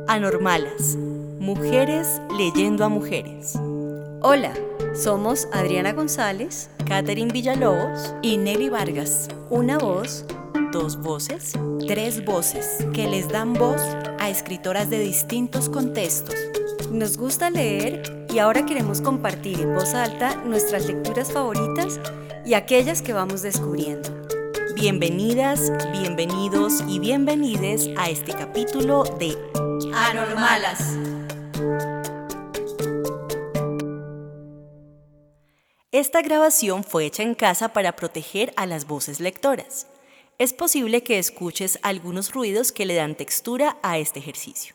Anormalas, mujeres leyendo a mujeres. Hola, somos Adriana González, Catherine Villalobos y Nelly Vargas. Una voz, dos voces, tres voces que les dan voz a escritoras de distintos contextos. Nos gusta leer y ahora queremos compartir en voz alta nuestras lecturas favoritas y aquellas que vamos descubriendo. Bienvenidas, bienvenidos y bienvenides a este capítulo de Anormalas. Esta grabación fue hecha en casa para proteger a las voces lectoras. Es posible que escuches algunos ruidos que le dan textura a este ejercicio.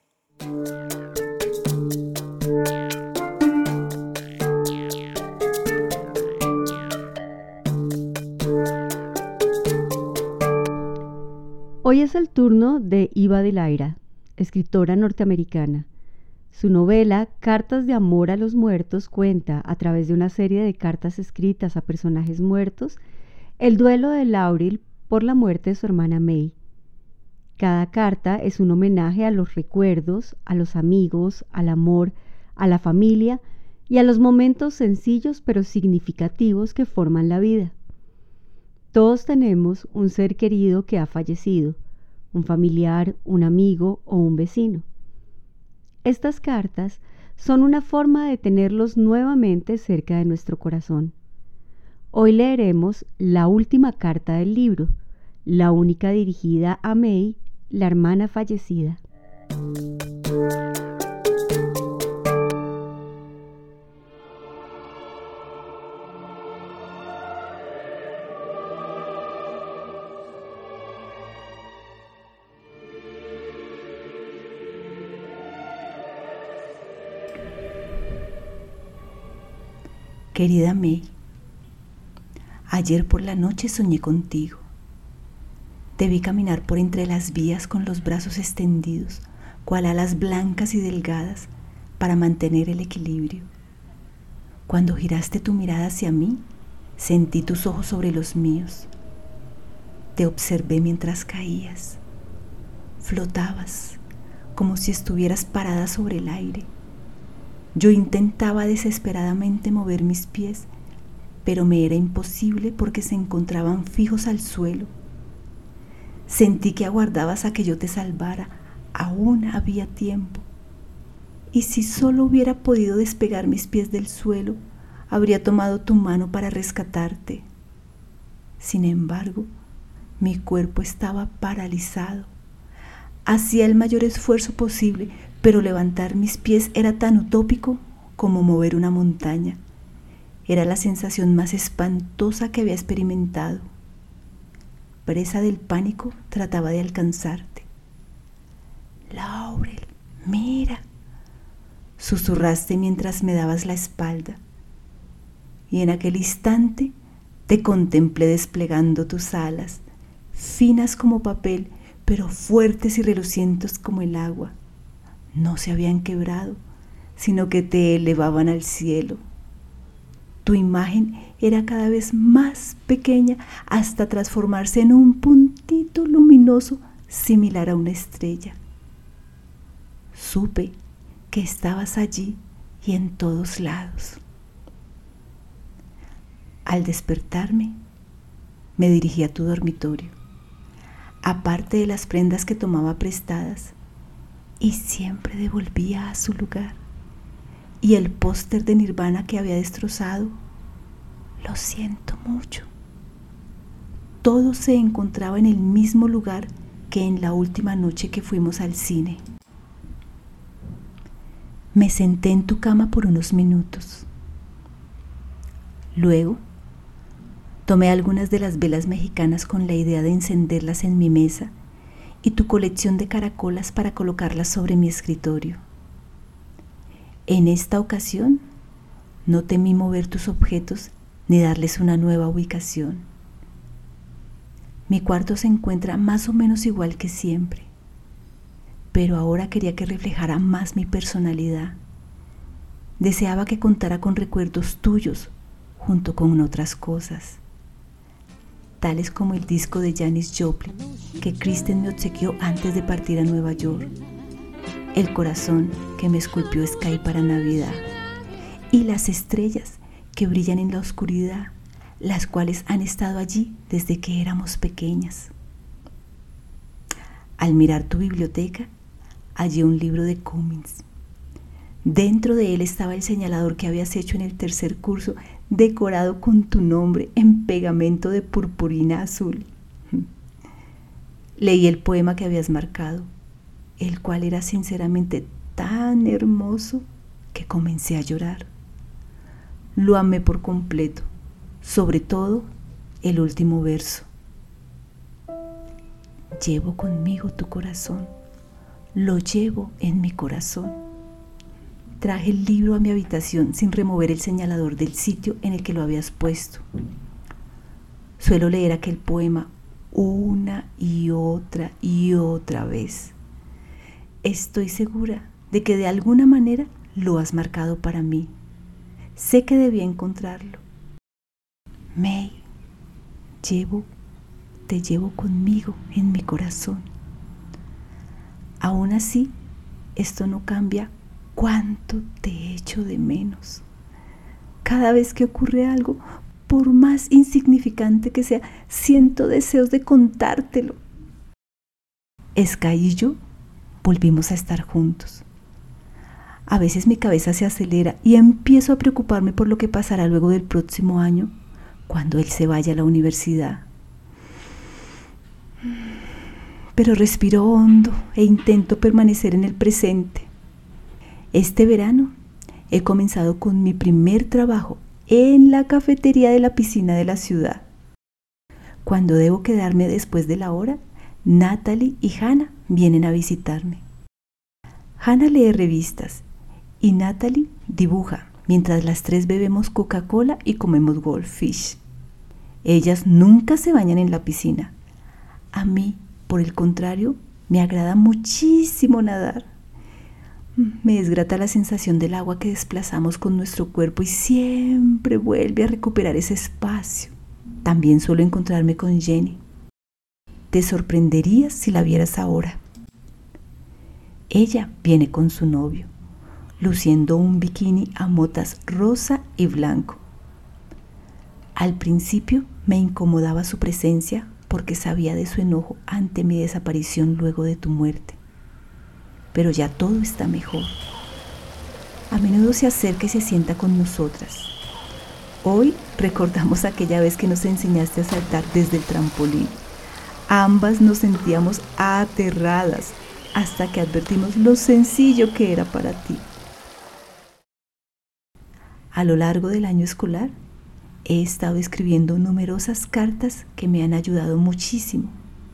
Hoy es el turno de Eva de Lyra, escritora norteamericana. Su novela Cartas de amor a los muertos cuenta, a través de una serie de cartas escritas a personajes muertos, el duelo de Laurel por la muerte de su hermana May. Cada carta es un homenaje a los recuerdos, a los amigos, al amor, a la familia y a los momentos sencillos pero significativos que forman la vida. Todos tenemos un ser querido que ha fallecido, un familiar, un amigo o un vecino. Estas cartas son una forma de tenerlos nuevamente cerca de nuestro corazón. Hoy leeremos la última carta del libro, la única dirigida a May, la hermana fallecida. Querida May, ayer por la noche soñé contigo. Te vi caminar por entre las vías con los brazos extendidos, cual alas blancas y delgadas, para mantener el equilibrio. Cuando giraste tu mirada hacia mí, sentí tus ojos sobre los míos. Te observé mientras caías. Flotabas, como si estuvieras parada sobre el aire. Yo intentaba desesperadamente mover mis pies, pero me era imposible porque se encontraban fijos al suelo. Sentí que aguardabas a que yo te salvara. Aún había tiempo. Y si solo hubiera podido despegar mis pies del suelo, habría tomado tu mano para rescatarte. Sin embargo, mi cuerpo estaba paralizado. Hacía el mayor esfuerzo posible, pero levantar mis pies era tan utópico como mover una montaña. Era la sensación más espantosa que había experimentado. Presa del pánico, trataba de alcanzarte. Laurel, mira, susurraste mientras me dabas la espalda. Y en aquel instante te contemplé desplegando tus alas, finas como papel, pero fuertes y relucientes como el agua. No se habían quebrado, sino que te elevaban al cielo. Tu imagen era cada vez más pequeña hasta transformarse en un puntito luminoso similar a una estrella. Supe que estabas allí y en todos lados. Al despertarme, me dirigí a tu dormitorio. Aparte de las prendas que tomaba prestadas, y siempre devolvía a su lugar, y el póster de Nirvana que había destrozado, lo siento mucho. Todo se encontraba en el mismo lugar que en la última noche que fuimos al cine. Me senté en tu cama por unos minutos. Luego, tomé algunas de las velas mexicanas con la idea de encenderlas en mi mesa y tu colección de caracolas para colocarlas sobre mi escritorio. En esta ocasión, no temí mover tus objetos ni darles una nueva ubicación. Mi cuarto se encuentra más o menos igual que siempre, pero ahora quería que reflejara más mi personalidad. Deseaba que contara con recuerdos tuyos junto con otras cosas, tales como el disco de Janis Joplin que Kristen me obsequió antes de partir a Nueva York. el corazón que me esculpió Sky para Navidad y las estrellas que brillan en la oscuridad, las cuales han estado allí desde que éramos pequeñas. Al mirar tu biblioteca, hallé un libro de Cummings. Dentro de él estaba el señalador que habías hecho en el tercer curso, decorado con tu nombre en pegamento de purpurina azul. Leí el poema que habías marcado, el cual era sinceramente tan hermoso que comencé a llorar. Lo amé por completo, sobre todo el último verso. Llevo conmigo tu corazón, lo llevo en mi corazón. Traje el libro a mi habitación sin remover el señalador del sitio en el que lo habías puesto. Suelo leer aquel poema una y otra vez. Estoy segura de que de alguna manera lo has marcado para mí. Sé que debía encontrarlo. May, te llevo conmigo en mi corazón. Aún así, esto no cambia cuánto te echo de menos. Cada vez que ocurre algo, por más insignificante que sea, siento deseos de contártelo. Sky y yo volvimos a estar juntos. A veces mi cabeza se acelera y empiezo a preocuparme por lo que pasará luego del próximo año, cuando él se vaya a la universidad. Pero respiro hondo e intento permanecer en el presente. Este verano he comenzado con mi primer trabajo en la cafetería de la piscina de la ciudad. Cuando debo quedarme después de la hora, Natalie y Hannah vienen a visitarme. Hannah lee revistas y Natalie dibuja, mientras las tres bebemos Coca-Cola y comemos Goldfish. Ellas nunca se bañan en la piscina. A mí, por el contrario, me agrada muchísimo nadar. Me desgrata la sensación del agua que desplazamos con nuestro cuerpo y siempre vuelve a recuperar ese espacio. También suelo encontrarme con Jenny. Te sorprenderías si la vieras ahora. Ella viene con su novio, luciendo un bikini a motas rosa y blanco. Al principio me incomodaba su presencia porque sabía de su enojo ante mi desaparición luego de tu muerte. Pero ya todo está mejor. A menudo se acerca y se sienta con nosotras. Hoy recordamos aquella vez que nos enseñaste a saltar desde el trampolín. Ambas nos sentíamos aterradas hasta que advertimos lo sencillo que era para ti. A lo largo del año escolar, he estado escribiendo numerosas cartas que me han ayudado muchísimo.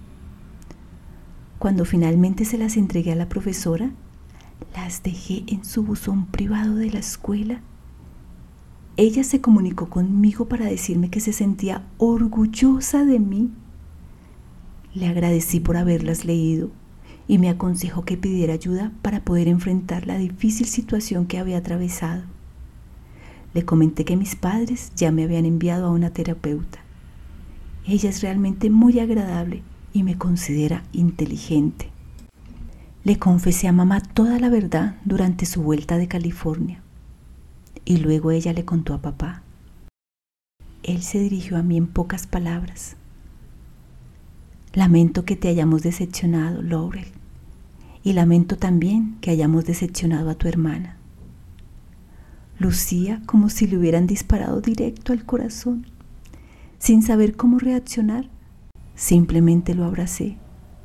Cuando finalmente se las entregué a la profesora, las dejé en su buzón privado de la escuela. Ella se comunicó conmigo para decirme que se sentía orgullosa de mí. Le agradecí por haberlas leído y me aconsejó que pidiera ayuda para poder enfrentar la difícil situación que había atravesado. Le comenté que mis padres ya me habían enviado a una terapeuta. Ella es realmente muy agradable y me considera inteligente. Le confesé a mamá toda la verdad durante su vuelta de California y luego ella le contó a papá. Él se dirigió a mí en pocas palabras. Lamento que te hayamos decepcionado, Laurel, y lamento también que hayamos decepcionado a tu hermana. Lucía como si le hubieran disparado directo al corazón. Sin saber cómo reaccionar, simplemente lo abracé.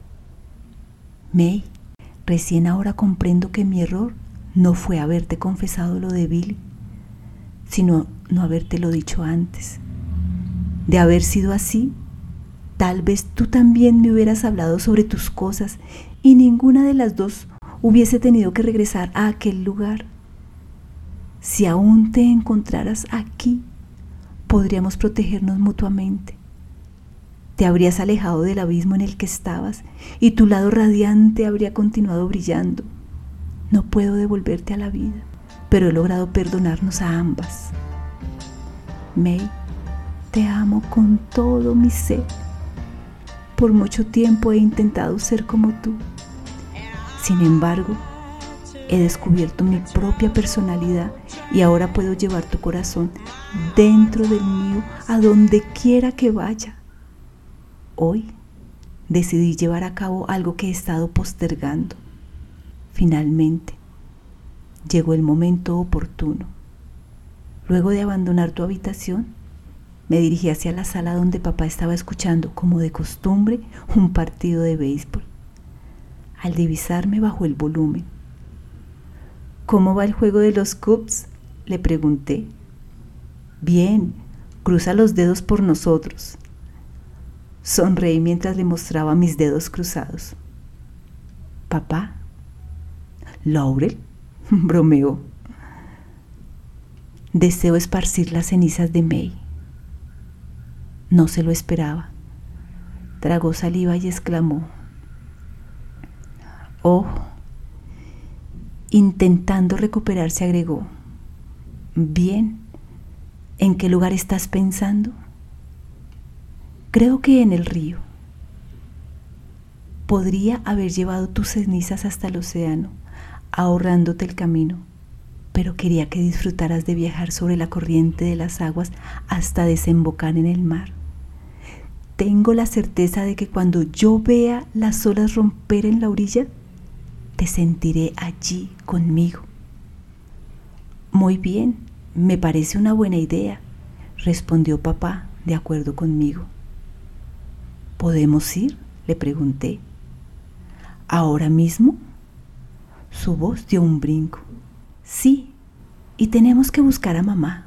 May, recién ahora comprendo que mi error no fue haberte confesado lo de Billy, sino no habértelo dicho antes. De haber sido así, tal vez tú también me hubieras hablado sobre tus cosas y ninguna de las dos hubiese tenido que regresar a aquel lugar. Si aún te encontraras aquí, podríamos protegernos mutuamente. Te habrías alejado del abismo en el que estabas y tu lado radiante habría continuado brillando. No puedo devolverte a la vida, pero he logrado perdonarnos a ambas. May, te amo con todo mi ser. Por mucho tiempo he intentado ser como tú. Sin embargo, He descubierto mi propia personalidad y ahora puedo llevar tu corazón dentro del mío a donde quiera que vaya. Hoy decidí llevar a cabo algo que he estado postergando. Finalmente, llegó el momento oportuno. Luego de abandonar tu habitación, me dirigí hacia la sala donde papá estaba escuchando, como de costumbre, un partido de béisbol. Al divisarme, bajó el volumen. ¿Cómo va el juego de los Cubs?, le pregunté. Bien, cruza los dedos por nosotros. Sonreí mientras le mostraba mis dedos cruzados. ¿Papá? ¿Laurel? Bromeó. Deseo esparcir las cenizas de May. No se lo esperaba. Tragó saliva y exclamó: oh. Intentando recuperarse, agregó: bien, ¿en qué lugar estás pensando? Creo que en el río. Podría haber llevado tus cenizas hasta el océano, ahorrándote el camino, pero quería que disfrutaras de viajar sobre la corriente de las aguas hasta desembocar en el mar. Tengo la certeza de que cuando yo vea las olas romper en la orilla, te sentiré allí conmigo. Muy bien, me parece una buena idea, respondió papá, de acuerdo conmigo. ¿Podemos ir?, le pregunté. ¿Ahora mismo? Su voz dio un brinco. Sí, y tenemos que buscar a mamá.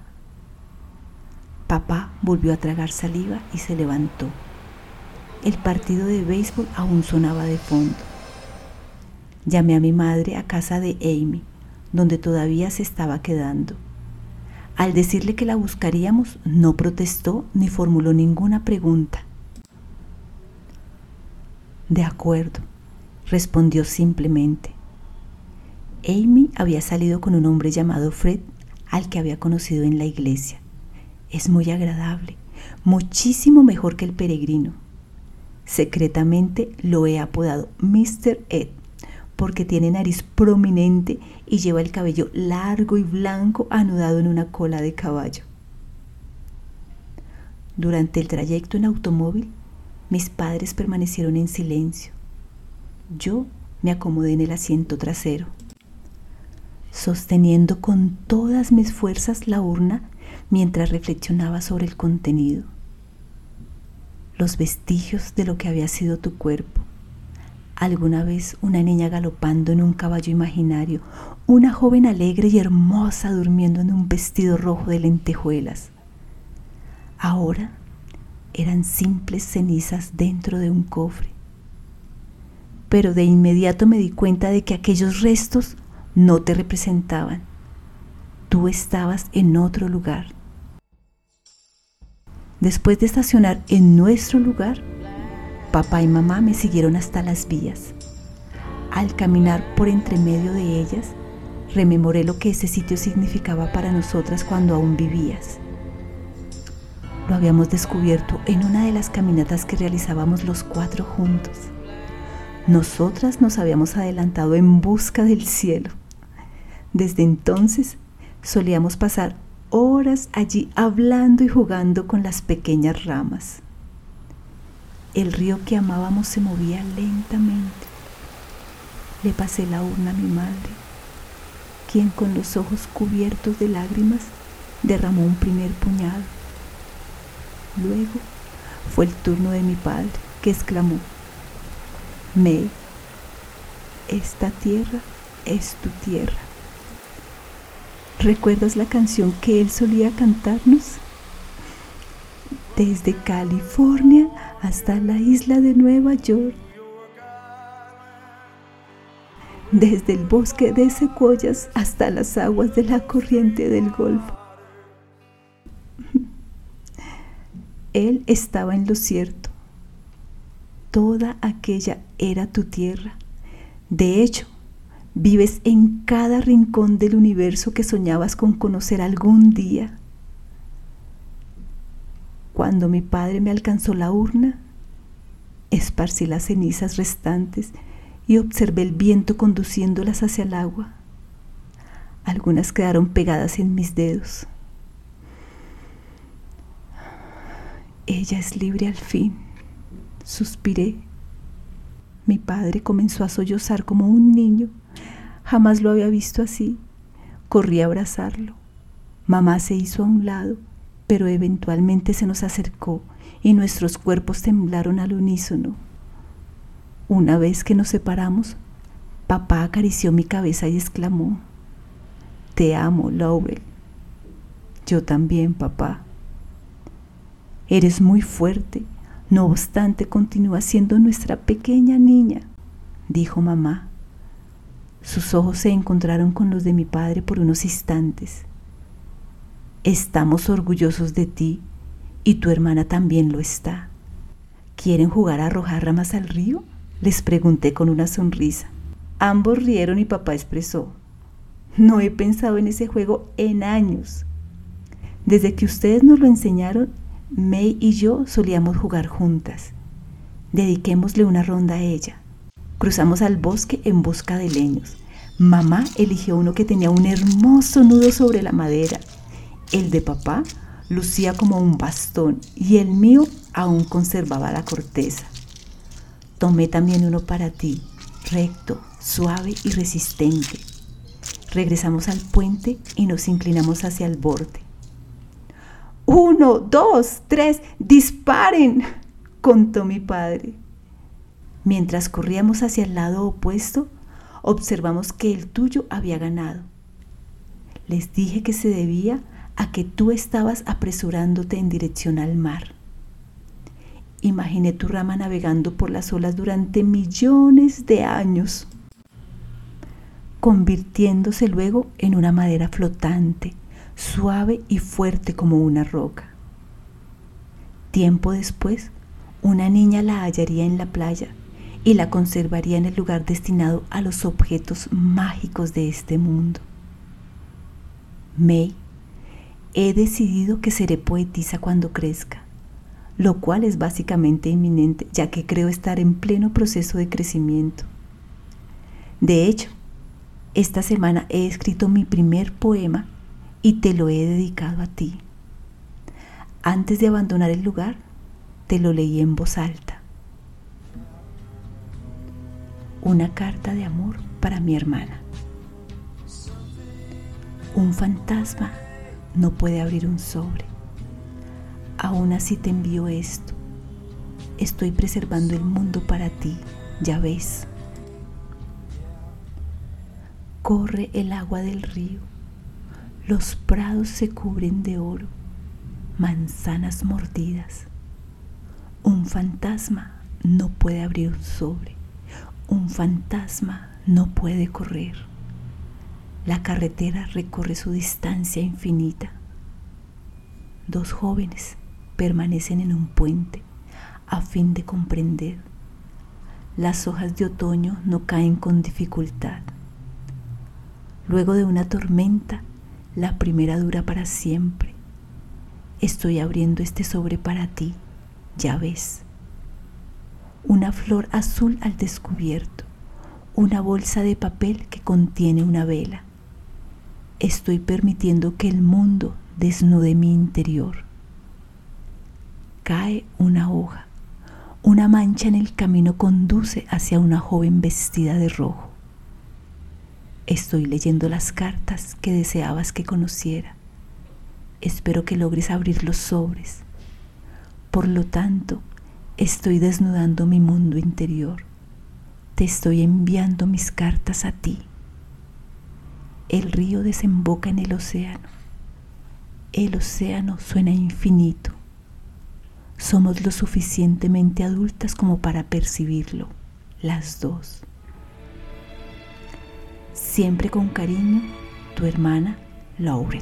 Papá volvió a tragar saliva y se levantó. El partido de béisbol aún sonaba de fondo. Llamé a mi madre a casa de Amy, donde todavía se estaba quedando. Al decirle que la buscaríamos, no protestó ni formuló ninguna pregunta. De acuerdo, respondió simplemente. Amy había salido con un hombre llamado Fred, al que había conocido en la iglesia. Es muy agradable, muchísimo mejor que el peregrino. Secretamente lo he apodado Mr. Ed, porque tiene nariz prominente y lleva el cabello largo y blanco anudado en una cola de caballo. Durante el trayecto en automóvil, mis padres permanecieron en silencio. Yo me acomodé en el asiento trasero, sosteniendo con todas mis fuerzas la urna mientras reflexionaba sobre el contenido. Los vestigios de lo que había sido tu cuerpo. Alguna vez una niña galopando en un caballo imaginario, una joven alegre y hermosa durmiendo en un vestido rojo de lentejuelas. Ahora eran simples cenizas dentro de un cofre. Pero de inmediato me di cuenta de que aquellos restos no te representaban. Tú estabas en otro lugar. Después de estacionar en nuestro lugar, papá y mamá me siguieron hasta las vías. Al caminar por entre medio de ellas, rememoré lo que ese sitio significaba para nosotras cuando aún vivías. Lo habíamos descubierto en una de las caminatas que realizábamos los 4 juntos. Nosotras nos habíamos adelantado en busca del cielo. Desde entonces solíamos pasar horas allí hablando y jugando con las pequeñas ramas. El río que amábamos se movía lentamente. Le pasé la urna a mi madre, quien con los ojos cubiertos de lágrimas derramó un primer puñado. Luego fue el turno de mi padre, que exclamó: May, esta tierra es tu tierra. ¿Recuerdas la canción que él solía cantarnos? Desde California hasta la isla de Nueva York, desde el bosque de secuoyas hasta las aguas de la corriente del Golfo. Él estaba en lo cierto. Toda aquella era tu tierra. De hecho, vives en cada rincón del universo que soñabas con conocer algún día. Cuando mi padre me alcanzó la urna, esparcí las cenizas restantes y observé el viento conduciéndolas hacia el agua. Algunas quedaron pegadas en mis dedos. Ella es libre al fin, suspiré. Mi padre comenzó a sollozar como un niño. Jamás lo había visto así. Corrí a abrazarlo. Mamá se hizo a un lado, pero eventualmente se nos acercó y nuestros cuerpos temblaron al unísono. Una vez que nos separamos, papá acarició mi cabeza y exclamó: «Te amo, Laurel». «Yo también, papá». «Eres muy fuerte, no obstante continúas siendo nuestra pequeña niña», dijo mamá. Sus ojos se encontraron con los de mi padre por unos instantes. «Estamos orgullosos de ti y tu hermana también lo está. ¿Quieren jugar a arrojar ramas al río?», les pregunté con una sonrisa. Ambos rieron y papá expresó: «No he pensado en ese juego en años. Desde que ustedes nos lo enseñaron, May y yo solíamos jugar juntas. Dediquémosle una ronda a ella». Cruzamos al bosque en busca de leños. Mamá eligió uno que tenía un hermoso nudo sobre la madera. El de papá lucía como un bastón y el mío aún conservaba la corteza. «Tomé también uno para ti, recto, suave y resistente». Regresamos al puente y nos inclinamos hacia el borde. «1, 2, 3, disparen», contó mi padre. Mientras corríamos hacia el lado opuesto, observamos que el tuyo había ganado. Les dije que se debía a que tú estabas apresurándote en dirección al mar. Imaginé tu rama navegando por las olas durante millones de años, convirtiéndose luego en una madera flotante, suave y fuerte como una roca. Tiempo después, una niña la hallaría en la playa y la conservaría en el lugar destinado a los objetos mágicos de este mundo. May, he decidido que seré poetisa cuando crezca, lo cual es básicamente inminente, ya que creo estar en pleno proceso de crecimiento. De hecho, esta semana he escrito mi primer poema y te lo he dedicado a ti. Antes de abandonar el lugar, te lo leí en voz alta. Una carta de amor para mi hermana. Un fantasma no puede abrir un sobre. Aún así te envío esto. Estoy preservando el mundo para ti, ya ves. Corre el agua del río. Los prados se cubren de oro. Manzanas mordidas. Un fantasma no puede abrir un sobre. Un fantasma no puede correr. La carretera recorre su distancia infinita. Dos jóvenes permanecen en un puente a fin de comprender. Las hojas de otoño no caen con dificultad. Luego de una tormenta, la primera dura para siempre. Estoy abriendo este sobre para ti, ya ves. Una flor azul al descubierto, una bolsa de papel que contiene una vela. Estoy permitiendo que el mundo desnude mi interior. Cae una hoja, una mancha en el camino conduce hacia una joven vestida de rojo. Estoy leyendo las cartas que deseabas que conociera. Espero que logres abrir los sobres. Por lo tanto, estoy desnudando mi mundo interior. Te estoy enviando mis cartas a ti. El río desemboca en el océano. El océano suena infinito. Somos lo suficientemente adultas como para percibirlo, las dos. Siempre con cariño, tu hermana Laurel.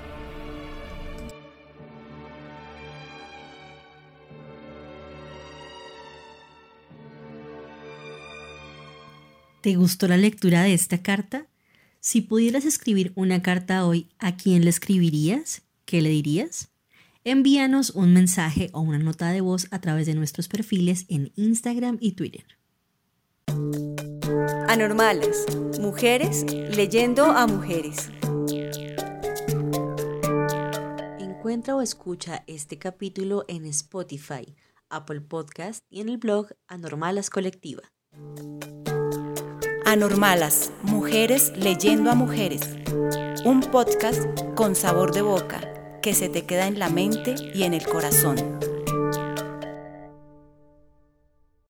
¿Te gustó la lectura de esta carta? Si pudieras escribir una carta hoy, ¿a quién le escribirías? ¿Qué le dirías? Envíanos un mensaje o una nota de voz a través de nuestros perfiles en Instagram y Twitter. Anormales, mujeres leyendo a mujeres. Encuentra o escucha este capítulo en Spotify, Apple Podcast y en el blog Anormalas Colectiva. Anormalas, mujeres leyendo a mujeres. Un podcast con sabor de boca que se te queda en la mente y en el corazón.